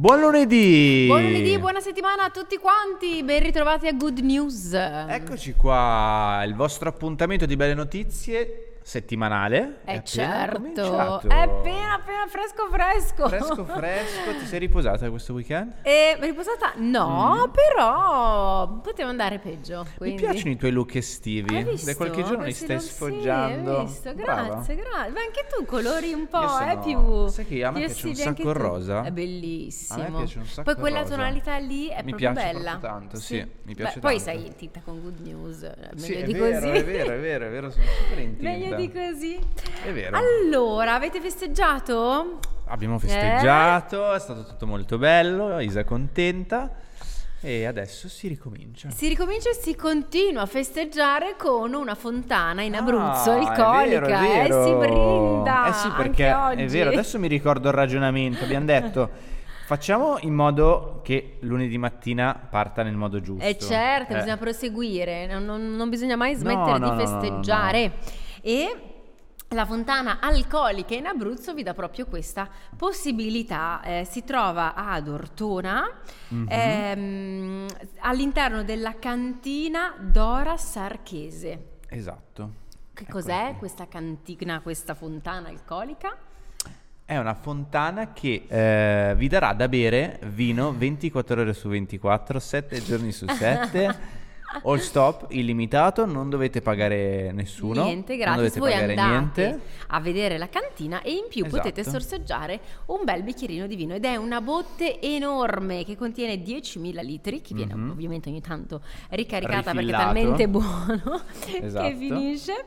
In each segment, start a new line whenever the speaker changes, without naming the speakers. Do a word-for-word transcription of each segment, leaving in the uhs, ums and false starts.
Buon lunedì!
Buon lunedì, buona settimana a tutti quanti, ben ritrovati a Good News.
Eccoci qua, il vostro appuntamento di belle notizie settimanale.
Eh
è
certo,
cominciato.
è appena appena fresco fresco.
Fresco fresco, ti sei riposata questo weekend?
E riposata? No,
Mm.
però poteva andare peggio. Quindi.
Mi piacciono i tuoi look estivi.
Hai visto?
Da qualche giorno li
Questi
stai
non-
sfoggiando.
Sì, hai visto,
Brava.
grazie, grazie. Ma anche tu colori un po',
Io sono-
eh, più.
sai che a me
più
piace un
estivi
sacco
anche
il
tu.
rosa.
È bellissimo.
A me piace un sacco
Poi
il
quella
rosa.
tonalità lì è
Mi
proprio
piace
bella.
proprio tanto, sì, mi piace
Beh, Poi
tanto.
sei tinta con Good News, eh, meglio
Sì, è
di
vero,
così.
è vero, è vero, è vero, sono super in tinta.
Meglio di così.
È vero.
Allora, avete festeggiato?
Abbiamo festeggiato, è stato tutto molto bello, Isa è contenta e adesso si ricomincia.
Si ricomincia e si continua a festeggiare con una fontana in Abruzzo,
Ah,
il
è
Colica,
vero, è vero.
e si brinda.
Eh sì, perché
anche
è
oggi.
vero, adesso mi ricordo il ragionamento, abbiamo detto facciamo in modo che lunedì mattina parta nel modo giusto.
Eh certo,
Eh.
bisogna proseguire, non, non- non bisogna mai
No,
smettere
no,
di
no, no,
festeggiare. E la fontana alcolica in Abruzzo vi dà proprio questa possibilità. Eh, si trova ad Ortona,
Mhm.
ehm, all'interno della cantina Dora Sarchese.
Esatto.
Che
Ecco
cos'è
qui.
questa cantina, questa fontana alcolica?
È una fontana che eh, vi darà da bere vino ventiquattro ore su ventiquattro, sette giorni su sette. All stop, illimitato, non dovete pagare nessuno.
Niente,
non
gratis.
dovete
Voi
pagare
andate
niente.
a vedere la cantina e in più potete
Esatto.
sorseggiare un bel bicchierino di vino ed è una botte enorme che contiene diecimila litri, che viene
Mhm.
ovviamente ogni tanto ricaricata perché è
Rifillato.
talmente buono
Esatto.
che finisce.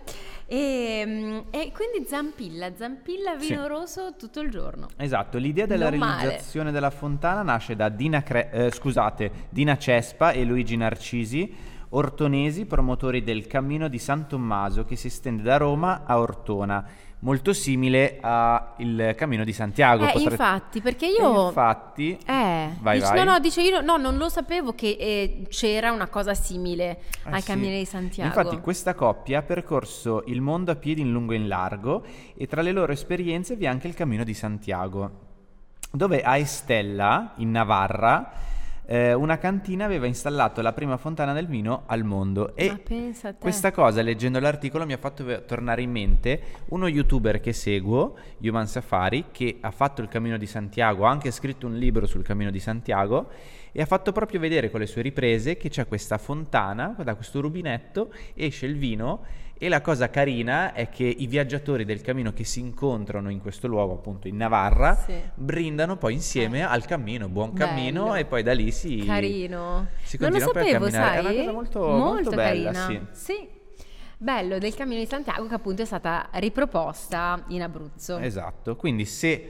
E, mm, e quindi zampilla, zampilla vino
Sì.
rosso tutto il giorno.
Esatto, l'idea della
Non male.
realizzazione della fontana nasce da Dina, Cre- eh, scusate, Dina Cespa e Luigi Narcisi, ortonesi, promotori del Cammino di San Tommaso che si estende da Roma a Ortona, molto simile al Cammino di Santiago.
Eh,
potre-
infatti, perché
E
io...
infatti,
Eh,
vai,
dice-
vai.
no, no, dice io no, non lo sapevo che eh, c'era una cosa simile
Eh
al
sì.
Cammino di Santiago.
Infatti questa coppia ha percorso il mondo a piedi in lungo e in largo e tra le loro esperienze vi è anche il Cammino di Santiago, dove a Estella, in Navarra, eh, una cantina aveva installato la prima fontana del vino al mondo. E
Ma pensa a te.
questa cosa, leggendo l'articolo, mi ha fatto ve- tornare in mente uno youtuber che seguo, Human Safari, che ha fatto il Cammino di Santiago, ha anche scritto un libro sul Cammino di Santiago e ha fatto proprio vedere con le sue riprese che c'è questa fontana, da questo rubinetto esce il vino. E la cosa carina è che i viaggiatori del cammino che si incontrano in questo luogo, appunto in Navarra,
Sì.
brindano poi insieme
Eh.
al cammino, buon cammino,
Bello.
e poi da lì si...
Carino.
si
Non lo
continua poi a
sapevo,
camminare.
sai?
È una cosa molto, molto bella,
carina.
sì.
Bello del Cammino di Santiago che appunto è stata riproposta in Abruzzo.
Esatto, quindi se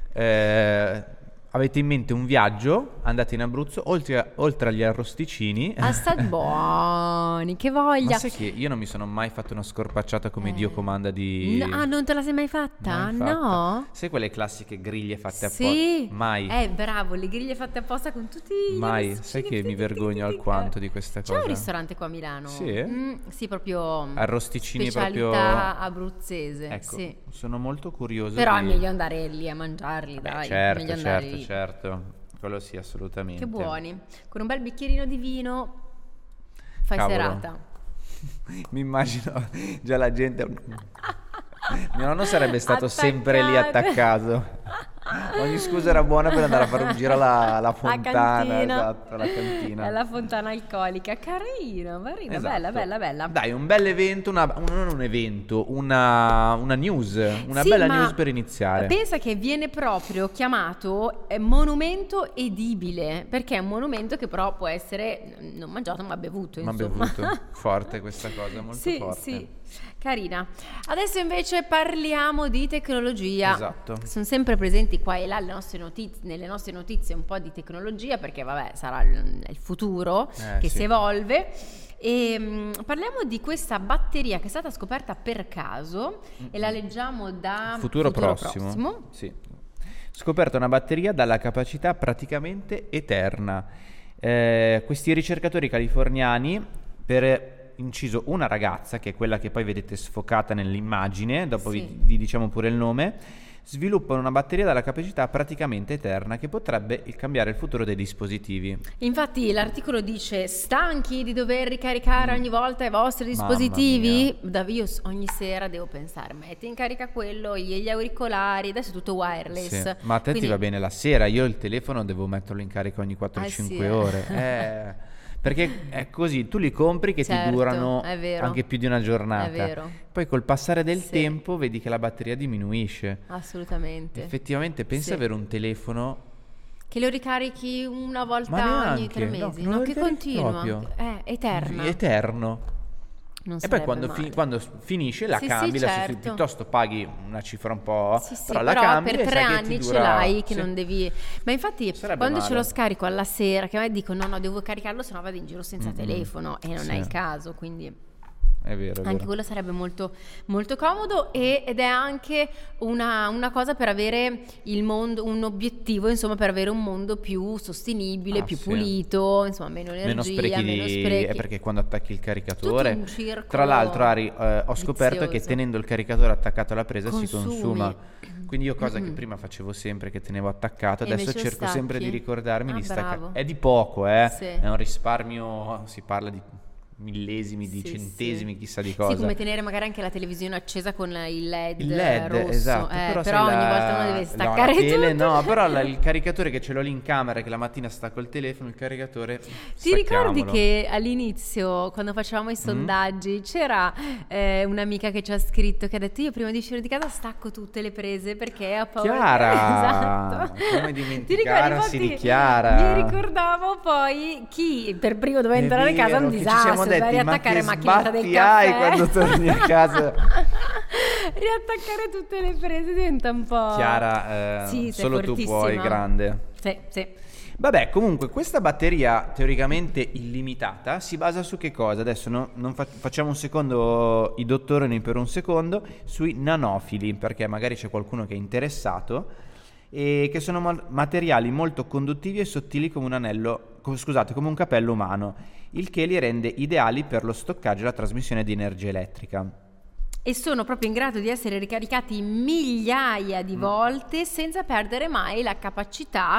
eh, avete in mente un viaggio, andate in Abruzzo, oltre, oltre agli arrosticini.
Assai buoni, che voglia.
Ma sai che io non mi sono mai fatto una scorpacciata come
Eh.
Dio comanda di...
No, ah, non te la sei mai fatta?
Mai fatta.
No?
Sai quelle classiche griglie fatte
Sì.
apposta? Mai.
Eh, bravo, le griglie fatte apposta con tutti gli
Mai.
arrosticini.
Sai che mi vergogno alquanto di questa
C'è
cosa.
un ristorante qua a Milano.
Sì?
Mm, sì, proprio
Arrosticini
specialità
proprio-
abruzzese.
Ecco,
Sì.
sono molto curioso
Però è
di...
meglio andare lì a mangiarli,
Beh,
dai.
certo,
meglio andare
certo,
lì.
certo. Quello sì, assolutamente.
Che buoni. Con un bel bicchierino di vino fai
Cavolo.
serata.
Mi immagino già la gente... Mio nonno sarebbe stato sempre lì
Attaccato.
attaccato. Ogni scusa era buona per andare a fare un giro alla, alla fontana.
cantina.
Esatto, la cantina.
È la fontana alcolica. Carino, carino,
Esatto.
bella, bella, bella.
Dai, un bel evento, una, un- non un evento, una, una news, una
Sì,
bella
ma
news per iniziare.
Pensa che viene proprio chiamato eh, monumento edibile, perché è un monumento che però può essere mm, non mangiato ma bevuto,
Ma
insomma.
bevuto, forte questa cosa, molto
Sì,
forte.
sì, carina. Adesso invece parliamo di tecnologia.
Esatto.
Sono sempre presenti qua e là le nostre notizie, nelle nostre notizie un po' di tecnologia, perché vabbè sarà il, il futuro
Eh,
che
sì.
si evolve. E mh, parliamo di questa batteria che è stata scoperta per caso e la leggiamo da
Futuro, prossimo. Sì. Scoperta una batteria dalla capacità praticamente eterna. Eh, questi ricercatori californiani, per inciso una ragazza, che è quella che poi vedete sfocata nell'immagine, dopo
Sì.
vi, vi diciamo pure il nome, sviluppano una batteria dalla capacità praticamente eterna che potrebbe cambiare il futuro dei dispositivi.
Infatti l'articolo dice: stanchi di dover ricaricare ogni volta i vostri dispositivi? Da, io ogni sera devo pensare, metti in carica quello, gli auricolari, adesso è tutto wireless.
Sì, ma a te
Quindi...
ti va bene la sera, io il telefono devo metterlo in carica ogni quattro
eh
cinque
sì, eh.
ore. Eh... Perché è così, tu li compri che
certo,
ti durano
è vero,
anche più di una giornata.
È vero.
Poi col passare del
sì.
tempo vedi che la batteria diminuisce.
Assolutamente.
Effettivamente pensa
sì.
avere un telefono
che lo ricarichi una volta
Ma
ogni tre
neanche,
mesi,
no,
no,
non
che
lo
continua,
proprio.
è eterna.
Eterno.
Non
e poi
sarebbe
quando,
male.
fi- quando finisce la
Sì,
cambi,
sì,
la
certo.
sostitu- piuttosto paghi una cifra un po',
Sì, sì,
però
però,
la cambi
per
e
tre
sai che
anni
ti
ce
dura...
l'hai che
sì.
non devi. Ma infatti
Sarebbe
quando
male.
ce lo scarico alla sera, che a me dico no no devo caricarlo sennò vado in giro senza
Mm-mm.
telefono, e non
Sì.
è il caso, quindi
È vero, è
anche
vero.
quello sarebbe molto, molto comodo, e, ed è anche una, una cosa per avere il mondo, un obiettivo, insomma, per avere un mondo più sostenibile,
Ah,
più
sì.
pulito, insomma, meno energia,
Meno sprechi,
meno
di...
sprechi.
è perché quando attacchi il caricatore,
Tutto un circolo
tra l'altro Ari, eh, ho scoperto che
vizioso.
tenendo il caricatore attaccato alla presa si
Consumi.
consuma. Quindi io cosa
Mm-mm.
che prima facevo sempre, che tenevo attaccato,
E
adesso
invece
cerco
stacchi?
sempre di ricordarmi
Ah,
di staccare.
bravo.
È di poco, eh?
Sì.
È un risparmio, si parla di millesimi, di
Sì,
centesimi,
sì.
chissà di cosa.
Sì, come tenere magari anche la televisione accesa con il LED,
Il LED,
rosso.
esatto,
Eh,
però,
però
sai,
ogni
la-
volta uno deve
no,
staccare
la tele,
tutto.
no, però la- il caricatore che ce l'ho lì in camera, che la mattina stacco il telefono, il caricatore,
Ti ricordi che all'inizio, quando facevamo i sondaggi, c'era eh, un'amica che ci ha scritto che ha detto: io prima di uscire di casa stacco tutte le prese perché ho paura.
Chiara!
Esatto.
Come
Ti
dimenticarsi
ricordi?
di Chiara?
Mi ricordavo poi chi per primo doveva
È
entrare in casa,
vero,
un
che ci siamo
disastro,
detti,
da
ma
riattaccare
che
macchinetta del
sbatti
caffè.
hai quando torni a casa?
Riattaccare tutte le prese diventa un po'...
Chiara, eh,
Sì, sei
solo tu
fortissima.
puoi, grande.
Sì, sì.
Vabbè, comunque questa batteria teoricamente illimitata si basa su che cosa? Adesso no- non fa- facciamo un secondo i dottoroni per un secondo sui nanofili, perché magari c'è qualcuno che è interessato, e che sono ma- materiali molto conduttivi e sottili come un anello, co- scusate, come un capello umano, il che li rende ideali per lo stoccaggio e la trasmissione di energia elettrica.
E sono proprio in grado di essere ricaricati migliaia
Mm.
di volte senza perdere mai la capacità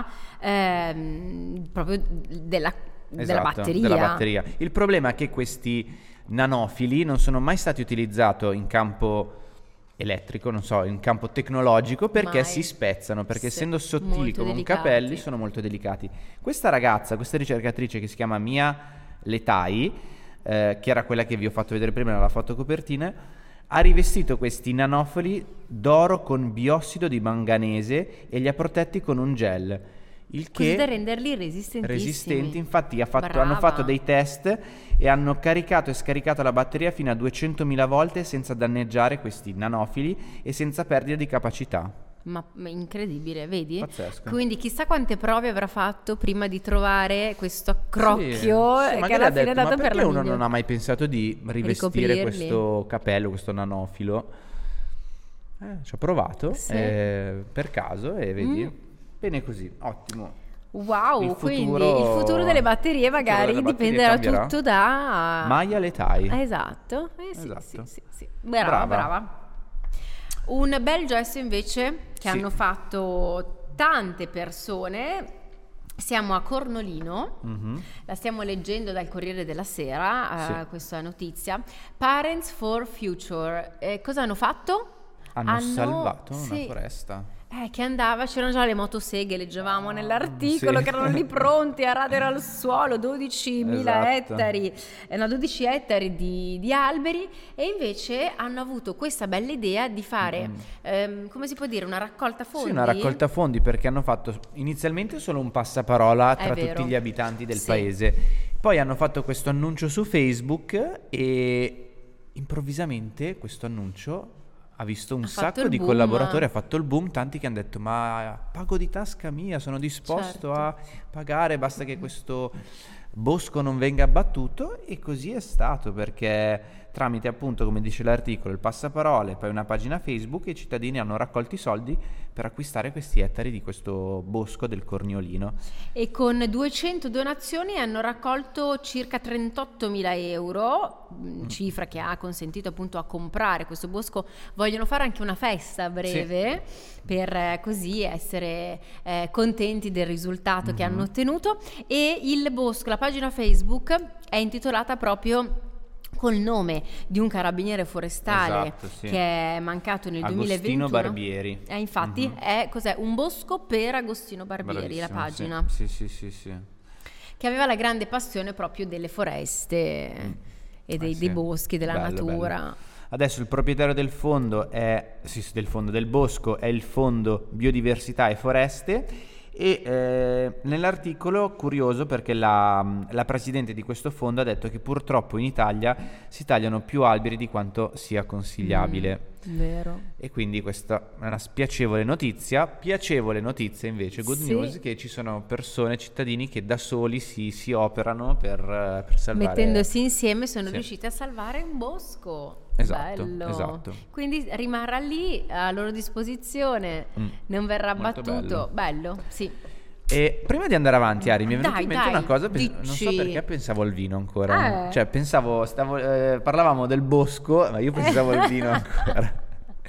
ehm, proprio della, della
Esatto,
batteria.
della batteria. Il problema è che questi nanofili non sono mai stati utilizzati in campo elettrico, non so, in campo tecnologico, perché
Mai.
si spezzano, perché
Sì,
essendo sottili
molto
come un
delicati.
capelli sono molto delicati. Questa ragazza, questa ricercatrice che si chiama Mia Letai, eh, che era quella che vi ho fatto vedere prima nella fotocopertina, ha rivestito questi nanofili d'oro con biossido di manganese e li ha protetti con un gel, il
Così
che
da renderli resistentissimi.
resistenti. Infatti ha fatto-
Brava.
hanno fatto dei test e hanno caricato e scaricato la batteria fino a duecentomila volte senza danneggiare questi nanofili e senza perdita di capacità.
Ma, ma incredibile, vedi?
Pazzesco.
Quindi chissà quante prove avrà fatto prima di trovare questo accrocchio
Sì, sì,
che
magari
alla
ha
fine
detto,
è dato
ma
per
perché
la
uno
migliore.
non ha mai pensato di rivestire
Ricoprirli.
questo capello, questo nanofilo? Eh, ci ho provato
Sì.
eh, per caso e vedi,
Mm.
bene così, ottimo.
Wow,
Il
quindi
futuro-
il futuro delle batterie
il futuro
magari
delle batterie
dipenderà
cambierà.
tutto da...
Maya Letai.
Esatto, eh, sì,
Esatto.
sì, sì, sì. Brava,
Brava.
brava. Un bel gesto invece che
Sì.
hanno fatto tante persone. Siamo a Cornolino,
Mhm.
la stiamo leggendo dal Corriere della Sera, eh,
Sì.
questa notizia. Parents for Future. Eh, cosa hanno fatto?
Hanno, salvato una
sì,
foresta.
eh, che andava, c'erano già le motoseghe, leggevamo nell'articolo,
sì.
che erano lì pronti a radere al suolo dodicimila
Esatto.
ettari, eh, no, dodici ettari di, di alberi, e invece hanno avuto questa bella idea di fare, ehm, come si può dire, una raccolta fondi?
Sì, una raccolta fondi, perché hanno fatto inizialmente solo un passaparola
È
tra
vero.
tutti gli abitanti del
Sì.
paese. Poi hanno fatto questo annuncio su Facebook e improvvisamente questo annuncio ha visto un
Ha fatto
sacco
il
di
boom.
collaboratori, ha fatto il boom, tanti che hanno detto ma pago di tasca mia, sono
Certo.
disposto a pagare, basta che questo bosco non venga abbattuto, e così è stato, perché tramite appunto, come dice l'articolo, il passaparole, poi una pagina Facebook, i cittadini hanno raccolto i soldi per acquistare questi ettari di questo bosco del Corniolino.
E con duecento donazioni hanno raccolto circa trentottomila euro, mm. cifra che ha consentito appunto a comprare questo bosco. Vogliono fare anche una festa a breve, sì. per eh, così essere eh, contenti del risultato mm-hmm. che hanno ottenuto. E il bosco, la pagina Facebook è intitolata proprio col nome di un carabiniere forestale, esatto, sì. che è mancato nel
Agostino
duemilaventuno.
Barbieri.
Eh, infatti mm-hmm. è cos'è? Un bosco per Agostino Barbieri, bravissimo, la pagina.
Sì, sì, sì, sì.
Che aveva la grande passione proprio delle foreste mm. e dei, eh, sì. dei boschi, della bello, natura.
Bello. Adesso il proprietario del fondo è sì, del fondo del bosco è il Fondo Biodiversità e Foreste. E eh, nell'articolo, curioso, perché la, la presidente di questo fondo ha detto che purtroppo in Italia si tagliano più alberi di quanto sia consigliabile.
Mm, vero.
E quindi questa è una spiacevole notizia. Piacevole notizia invece, good
sì.
news, che ci sono persone, cittadini che da soli si, si operano per, per salvare.
Mettendosi insieme sono
sì.
riusciti a salvare un bosco.
Esatto,
bello.
esatto.
Quindi rimarrà lì a loro disposizione, mm. non verrà
Molto
abbattuto.
Bello.
bello, sì.
E prima di andare avanti, Ari, mi è venuta
dai,
in mente
dai,
una cosa, pens- non so
dici.
perché pensavo al vino ancora.
Eh.
Cioè, pensavo, stavo, eh, parlavamo del bosco, ma io pensavo al vino ancora.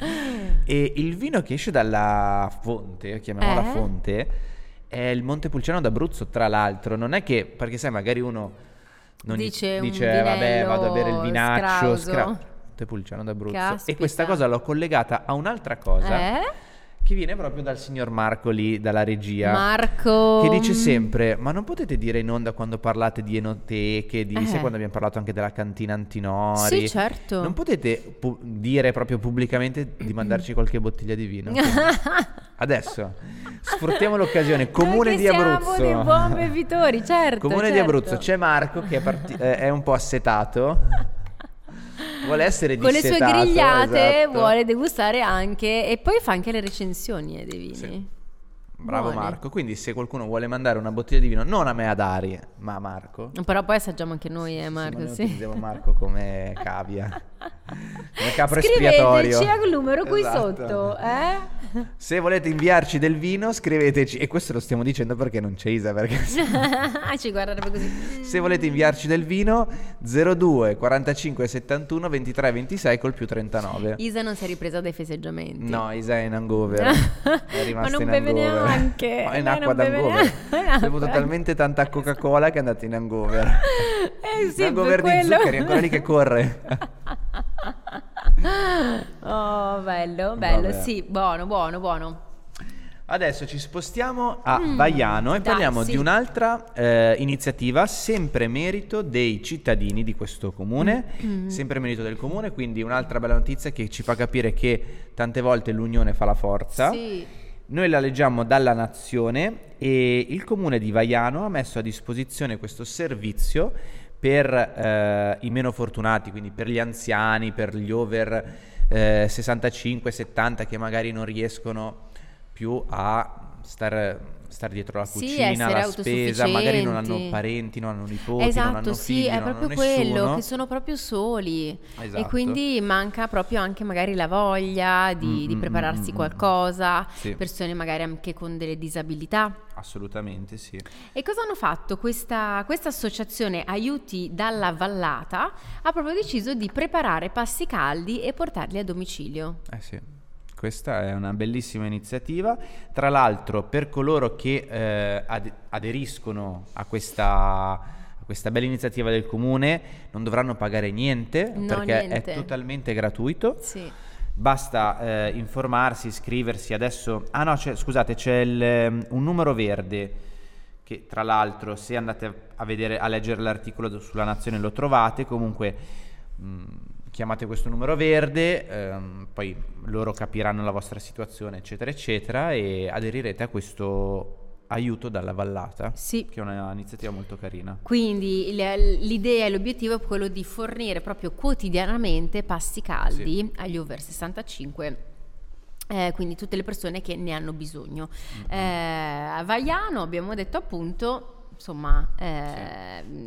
E il vino che esce dalla fonte, chiamiamola
eh?
fonte, è il Montepulciano d'Abruzzo, tra l'altro. Non è che, perché sai, magari uno non
dice,
gli,
un
dice vabbè, vado a bere il vinaccio,
scrauso.
scra- Montepulciano d'Abruzzo.
Caspita.
E questa cosa l'ho collegata a un'altra cosa.
Eh?
Che viene proprio dal signor Marco lì, dalla regia.
Marco.
Che dice sempre, ma non potete dire in onda quando parlate di enoteche, di,
eh.
sai quando abbiamo parlato anche della cantina Antinori?
Sì, certo.
Non potete pu- dire proprio pubblicamente di mandarci qualche bottiglia di vino? Adesso sfruttiamo l'occasione. Comune di Abruzzo.
Siamo dei buoni bevitori, certo.
Comune
certo.
di Abruzzo, c'è Marco che è, parti- è un po' assetato. Vuole essere
con
dissetato,
le sue grigliate,
esatto.
vuole degustare anche, e poi fa anche le recensioni eh, dei vini.
Sì. Bravo
Buoni.
Marco, quindi se qualcuno vuole mandare una bottiglia di vino, non a me, ad Ari, ma a Marco.
Però poi assaggiamo anche noi, eh, Marco.
Sì, sì,
sì.
utilizziamo Marco come cavia, come capro espiatorio.
Scriveteci al numero qui
Esatto.
sotto, eh?
Se volete inviarci del vino, scriveteci. E questo lo stiamo dicendo perché non c'è Isa, perché
ci guarderebbe così.
se volete inviarci del vino, zero due quarantacinque settantuno ventitré ventisei col più trentanove.
Isa non si è ripresa dai festeggiamenti.
No, Isa è in hangover. È rimasta
Ma non
in
beve
hangover.
neanche.
No, è in
Lei
acqua
non beve
d'hangover.
neanche.
Ha bevuto talmente tanta Coca-Cola che è andata in hangover.
Eh sì,
Hangover
per
di
quello.
zuccheri, ancora lì che corre.
Oh, bello, bello,
Vabbè.
sì, buono, buono, buono.
Adesso ci spostiamo a
Mm,
Vaiano e
dai,
parliamo
sì.
di un'altra eh, iniziativa, sempre merito dei cittadini di questo comune,
Mm.
sempre merito del comune, quindi un'altra bella notizia che ci fa capire che tante volte l'unione fa la forza.
Sì.
Noi la leggiamo dalla Nazione e il comune di Vaiano ha messo a disposizione questo servizio per eh, i meno fortunati, quindi per gli anziani, per gli over eh, sessantacinque settanta che magari non riescono più a star, star dietro la
Sì,
cucina,
essere
la spesa, magari non hanno
autosufficienti.
parenti, non hanno nipoti,
Esatto,
non hanno
sì,
figli,
è
non
proprio
hanno
quello,
nessuno.
che sono proprio soli.
Esatto.
E quindi manca proprio anche magari la voglia di,
Mm,
di
mm,
prepararsi
mm,
qualcosa,
sì.
persone magari anche con delle disabilità.
Assolutamente sì.
E cosa hanno fatto? Questa, questa associazione Aiuti dalla Vallata ha proprio deciso di preparare pasti caldi e portarli a domicilio.
Eh sì, questa è una bellissima iniziativa. Tra l'altro, per coloro che eh, ad- aderiscono a questa, a questa bella iniziativa del comune, non dovranno pagare niente,
No,
perché
niente.
è totalmente gratuito.
Sì.
Basta eh, informarsi, iscriversi. Adesso, ah no, c'è, scusate, c'è il, um, un numero verde che tra l'altro, se andate a vedere, a leggere l'articolo sulla Nazione lo trovate. Comunque mh, chiamate questo numero verde, ehm, poi loro capiranno la vostra situazione, eccetera eccetera, e aderirete a questo aiuto dalla Vallata,
Sì.
che è un'iniziativa molto carina.
Quindi il- l'idea e l'obiettivo è quello di fornire proprio quotidianamente pasti caldi
Sì.
agli over sessantacinque, eh, quindi tutte le persone che ne hanno bisogno. Eh, a Vaiano abbiamo detto appunto, insomma, eh,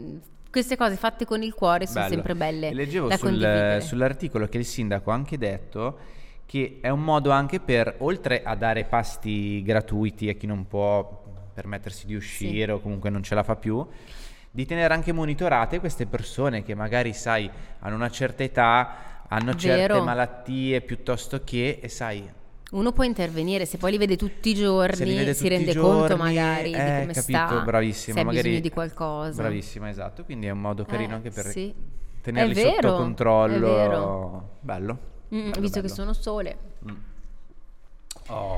queste cose fatte con il cuore sono
Bello.
sempre belle
E leggevo
da
sul,
condividere.
sull'articolo che il sindaco ha anche detto che è un modo anche per, oltre a dare pasti gratuiti a chi non può permettersi di uscire
Sì.
o comunque non ce la fa più, di tenere anche monitorate queste persone che magari, sai, hanno una certa età, hanno certe
Vero.
malattie piuttosto che, e sai,
Uno può intervenire, se poi li vede tutti i
se li
giorni,
vede
si
tutti i
rende
giorni,
conto magari
eh,
di come
capito,
sta,
bravissima,
se ha
magari,
bisogno di qualcosa.
Bravissima, esatto, quindi è un modo carino
Eh,
anche per
sì.
tenerli
È vero,
sotto controllo.
è vero.
Bello.
Mm,
bello,
visto
bello.
che sono sole.
Oh.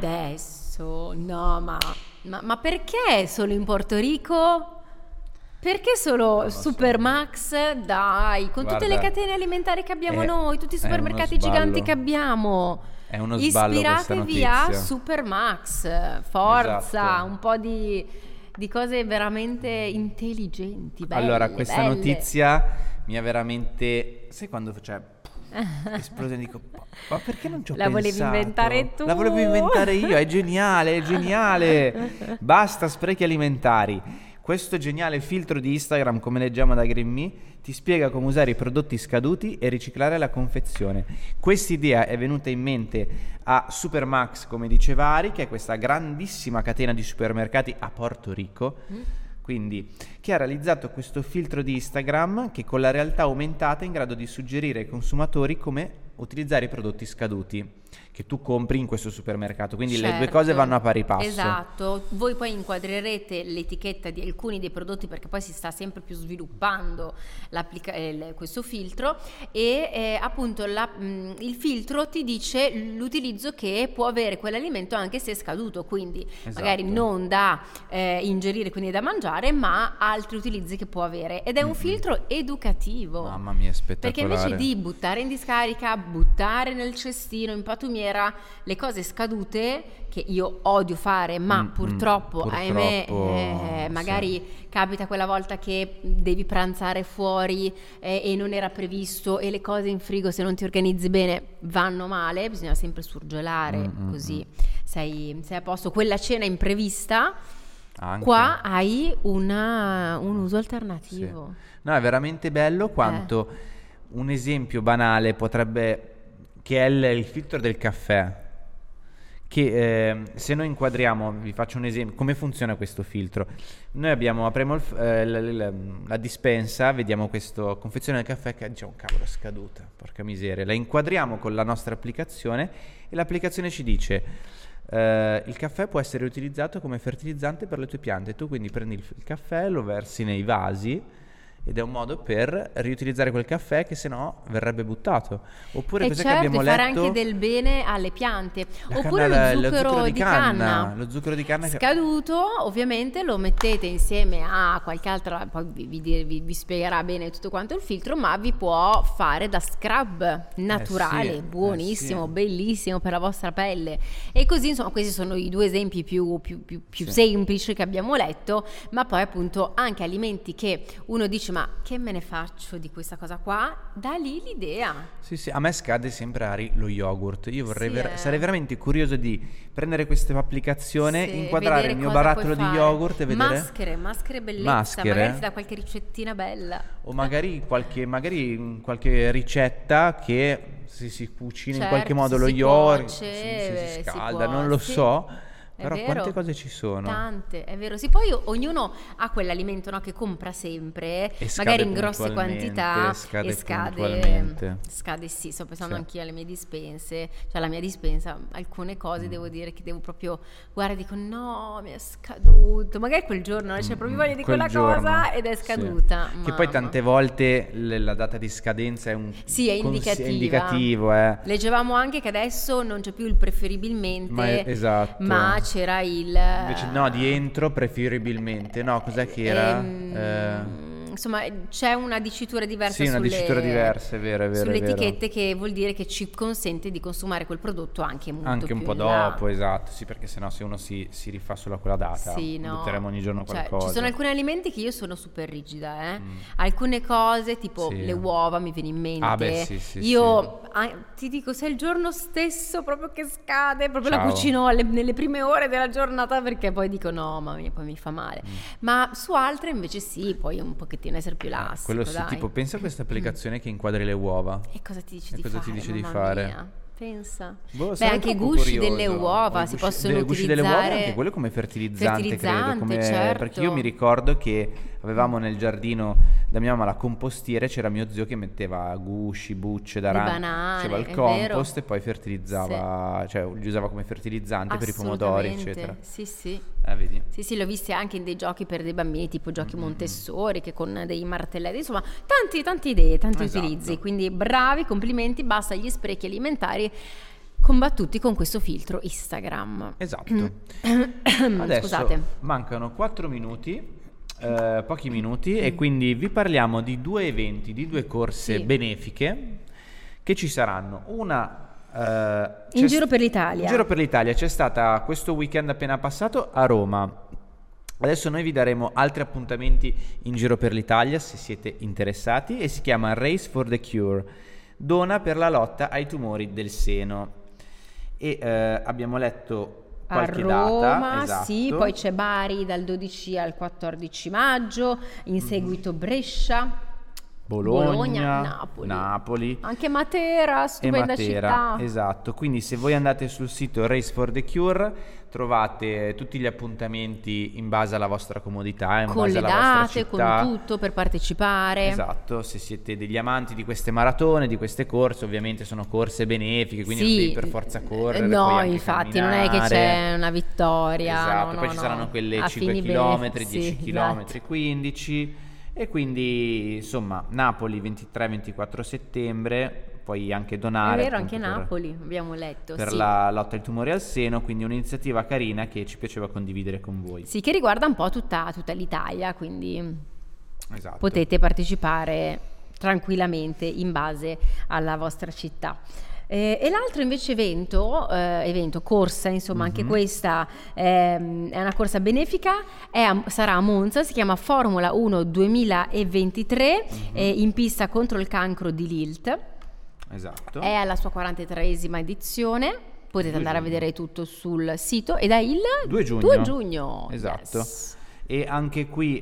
Adesso, no, ma, ma, ma perché solo in Porto Rico? Perché solo
lo so.
Supermax? Dai, con tutte le
Guarda,
catene alimentari che abbiamo
è-
noi, tutti i
è uno
supermercati
sballo.
giganti che abbiamo.
È uno sballo questa
Ispiratevi a
notizia.
Supermax, forza,
Esatto.
un po' di, di cose veramente intelligenti, belle,
Allora, questa
belle.
notizia mi ha veramente... Sai quando cioè, esplosione, dico, "Ma- ma perché non ci ho
La volevi
pensato?
inventare tu."
La volevo inventare io, è geniale, è geniale. Basta sprechi alimentari. Questo geniale filtro di Instagram, come leggiamo da Green Me, ti spiega come usare i prodotti scaduti e riciclare la confezione. Quest'idea è venuta in mente a Supermax, come diceva Ari, che è questa grandissima catena di supermercati a Porto Rico. Quindi, che ha realizzato questo filtro di Instagram che con la realtà aumentata è in grado di suggerire ai consumatori come utilizzare i prodotti scaduti che tu compri in questo supermercato. Quindi le due
Certo.
cose vanno a pari passo.
Esatto, voi poi inquadrerete l'etichetta di alcuni dei prodotti perché poi si sta sempre più sviluppando l'applica- eh, questo filtro e eh, appunto la- mh, il filtro ti dice l'utilizzo che può avere quell'alimento anche se è scaduto, quindi
Esatto.
magari non da eh, ingerire, quindi da mangiare, ma altri utilizzi che può avere ed è un
Mm-mm.
filtro educativo.
Mamma mia,
Perché
spettacolare.
invece di buttare in discarica, buttare nel cestino, in patumiera, le cose scadute, che io odio fare, ma
Mm, mm,
purtroppo,
purtroppo,
ahimè, eh,
sì.
magari capita quella volta che devi pranzare fuori eh, e non era previsto e le cose in frigo, se non ti organizzi bene, vanno male, bisogna sempre surgelare,
Mm, mm,
così sei, sei a posto. Quella cena imprevista,
Anche.
qua hai una- un uso alternativo.
Sì. No, è veramente bello quanto un esempio banale potrebbe, che è il, il filtro del caffè, che eh, se noi inquadriamo, vi faccio un esempio, come funziona questo filtro. Noi abbiamo, apriamo il f- eh, la, la- la dispensa, vediamo questa confezione del caffè che diciamo, cavolo, è scaduta, porca miseria. La inquadriamo con la nostra applicazione e l'applicazione ci dice eh, il caffè può essere utilizzato come fertilizzante per le tue piante. Tu quindi prendi il, il caffè, lo versi nei vasi ed è un modo per riutilizzare quel caffè che sennò verrebbe buttato. Oppure
E
cos'è
certo,
che abbiamo
di fare
letto?
anche del bene alle piante.
La
Oppure
canna-
lo zucchero, di canna,
lo zucchero di canna che-
scaduto, ovviamente lo mettete insieme a qualche altra, poi vi, vi- vi- vi spiegherà bene tutto quanto il filtro, ma vi può fare da scrub naturale,
Eh sì,
buonissimo,
eh sì.
bellissimo per la vostra pelle. E così, insomma, questi sono i due esempi più, più- più- più
Sì.
semplici che abbiamo letto, ma poi appunto anche alimenti che uno dice ma che me ne faccio di questa cosa qua, da lì l'idea.
Sì, sì, a me scade sempre Ari lo yogurt. Io vorrei
Sì,
ver-
eh.
sarei veramente curioso di prendere questa applicazione,
Sì,
inquadrare
vedere
il mio
cosa
barattolo
puoi
di
fare.
yogurt e vedere.
Maschere, maschere bellezza,
Maschere?
magari ti dà qualche ricettina bella.
O magari qualche, magari mm, qualche ricetta che si, si cucina in
Certo,
qualche modo
si
lo
si
yogurt,
cuoce,
si, si
si
scalda,
può-
non lo
sì.
so.
È
Però
vero.
quante cose ci sono?
Tante, è vero. Sì, poi o- ognuno ha quell'alimento, no, che compra sempre,
E scade
magari in grosse
puntualmente,
quantità
scade
e scade.
puntualmente.
Scade, sì, sto pensando
Sì.
anch'io alle mie dispense, cioè alla mia dispensa, alcune cose devo dire che devo proprio, guarda, dico no, mi è scaduto. Magari quel giorno c'è proprio voglia di
Quel
quella
giorno,
cosa ed è
sì.
scaduta.
Che poi
Mamma.
tante volte l- la data di scadenza è un
Sì, è
consi-
indicativa.
indicativo, eh.
Leggevamo anche che adesso non c'è più il preferibilmente,
Ma è- esatto.
ma c'era il...
Invece no, di entro preferibilmente. No, cos'è che era?
Ehm,
Eh,
Insomma, c'è una dicitura diversa
Sì, una
sulle,
dicitura diversa, è vero, è vero,
sulle
è vero.
etichette, che vuol dire che ci consente di consumare quel prodotto anche molto
anche un
più
po'
in là.
dopo, esatto, sì, perché sennò se uno si, si rifà solo a quella data,
Sì, no.
butteremo ogni giorno
Cioè,
qualcosa.
ci sono alcuni alimenti che io sono super rigida, eh.
Mm.
Alcune cose, tipo
Sì.
le uova, mi viene in mente.
Ah, beh, sì, sì,
io ah, ti dico, se è il giorno stesso proprio che scade, proprio la
Ciao.
cucino alle- nelle prime ore della giornata, perché poi dico no, ma mi- poi mi fa male.
Mm.
Ma su altre invece sì, poi un pochettino smetti di non essere più elastico,
Quello sì,
dai.
tipo pensa a questa applicazione che inquadri le uova.
E cosa ti dice
E
di
cosa
fare?
ti dice di
mamma
fare?
mia. Pensa.
Boh,
Beh,
sarei
anche i
troppo
gusci
curioso.
delle uova
I
si
gusci-
possono
delle gusci delle uova,
utilizzare.
anche quello come fertilizzante, credo,
Fertilizzante,
come-
certo.
perché io mi ricordo che avevamo nel giardino da mia mamma la compostiera e c'era mio zio che metteva gusci, bucce d'arancia,
banane,
faceva il
è
compost
vero.
e poi fertilizzava, cioè li usava come fertilizzante per i pomodori,
Assolutamente.
eccetera.
Sì, sì.
Eh, vedi.
Sì, sì, l'ho viste anche in dei giochi per dei bambini, tipo giochi Montessori, che con dei martelletti, insomma, tanti, tante idee, tanti
Esatto.
utilizzi. Quindi bravi, complimenti, basta gli sprechi alimentari combattuti con questo filtro Instagram.
Esatto. Adesso
Scusate.
mancano quattro minuti. eh, pochi minuti e quindi vi parliamo di due eventi, di due corse
Sì.
benefiche che ci saranno. Una eh,
In
c'è
giro
st-
per l'Italia.
in giro per l'Italia c'è stata questo weekend appena passato a Roma. Adesso noi vi daremo altri appuntamenti in giro per l'Italia se siete interessati e si chiama Race for the Cure, dona per la lotta ai tumori del seno. E eh, abbiamo letto
A
qualche
Roma,
data, esatto.
sì, poi c'è Bari dal dodici al quattordici maggio, in seguito Brescia,
Bologna,
Bologna, Napoli.
Napoli
anche Matera,
e
stupenda
Matera,
città.
esatto. Quindi se voi andate sul sito Race for the Cure trovate tutti gli appuntamenti in base alla vostra comodità, in
Con
base
le
alla vostra
date, con
città.
tutto per partecipare.
Esatto, se siete degli amanti di queste maratone, di queste corse, ovviamente sono corse benefiche, quindi
Sì,
non devi per forza correre.
no,
puoi anche
infatti non è che
camminare.
c'è una vittoria.
Esatto,
no,
poi
no,
ci
no.
saranno quelle
A
cinque
fini
chilometri,
benefici,
dieci
sì,
chilometri,
esatto.
quindici e quindi insomma Napoli ventitré ventiquattro settembre, puoi anche donare.
È vero,
appunto,
anche
per-
Napoli, abbiamo letto.
per
sì.
la lotta ai tumori al seno, quindi un'iniziativa carina che ci piaceva condividere con voi.
Sì, che riguarda un po' tutta, tutta l'Italia, quindi
Esatto.
potete partecipare tranquillamente in base alla vostra città. Eh, e l'altro invece evento, eh, evento corsa, insomma anche questa ehm, è una corsa benefica, è a- sarà a Monza, si chiama Formula uno duemilaventitré, eh, in pista contro il cancro di Lilt,
Esatto.
è alla sua quarantatreesima edizione, potete
due
andare
giugno.
a vedere tutto sul sito ed è il
due giugno.
due giugno.
Esatto.
Yes.
E anche qui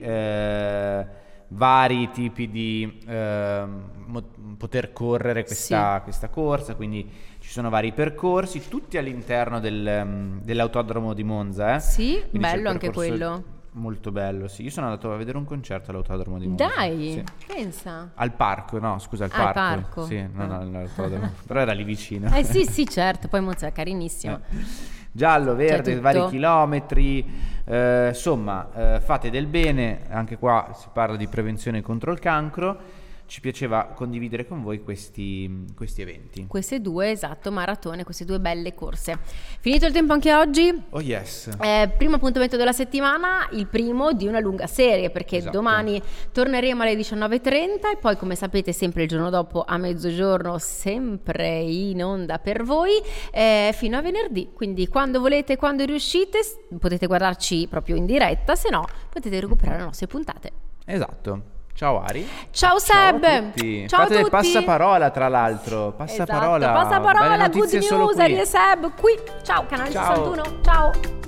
eh, vari tipi di eh, mo- poter correre questa, questa corsa, quindi ci sono vari percorsi, tutti all'interno del, ehm, dell'autodromo di Monza. Eh?
Sì,
Quindi c'è il
bello anche
percorso-
quello.
Molto bello, sì. Io sono andato a vedere un concerto all'autodromo di Monza.
Dai,
Sì.
pensa.
Al parco, no, scusa, al
Ah, al
parco.
parco.
Sì, no, no,
Ah.
all'autodromo. Però era lì vicino.
Eh sì, sì, certo, poi Monza è carinissimo.
Eh. Giallo, verde,
tutto.
vari chilometri, eh, insomma, eh, fate del bene, anche qua si parla di prevenzione contro il cancro. Ci piaceva condividere con voi questi, questi eventi.
Queste due, esatto, maratone, queste due belle corse. Finito il tempo anche oggi?
Oh yes.
Eh, primo appuntamento della settimana, il primo di una lunga serie, perché
Esatto.
domani torneremo alle diciannove e trenta e poi, come sapete, sempre il giorno dopo a mezzogiorno, sempre in onda per voi, eh, fino a venerdì. Quindi quando volete, quando riuscite, s- potete guardarci proprio in diretta, se no potete recuperare le nostre puntate.
Esatto. Ciao Ari.
Ciao Seb!
Ciao a tutti.
Ciao a
Fate
tutti.
passaparola, tra l'altro. Passaparola.
Esatto, passaparola,
Belle
good
notizie solo
news,
qui.
Ari e Seb qui. Ciao, canale
Ciao.
sessantuno. Ciao.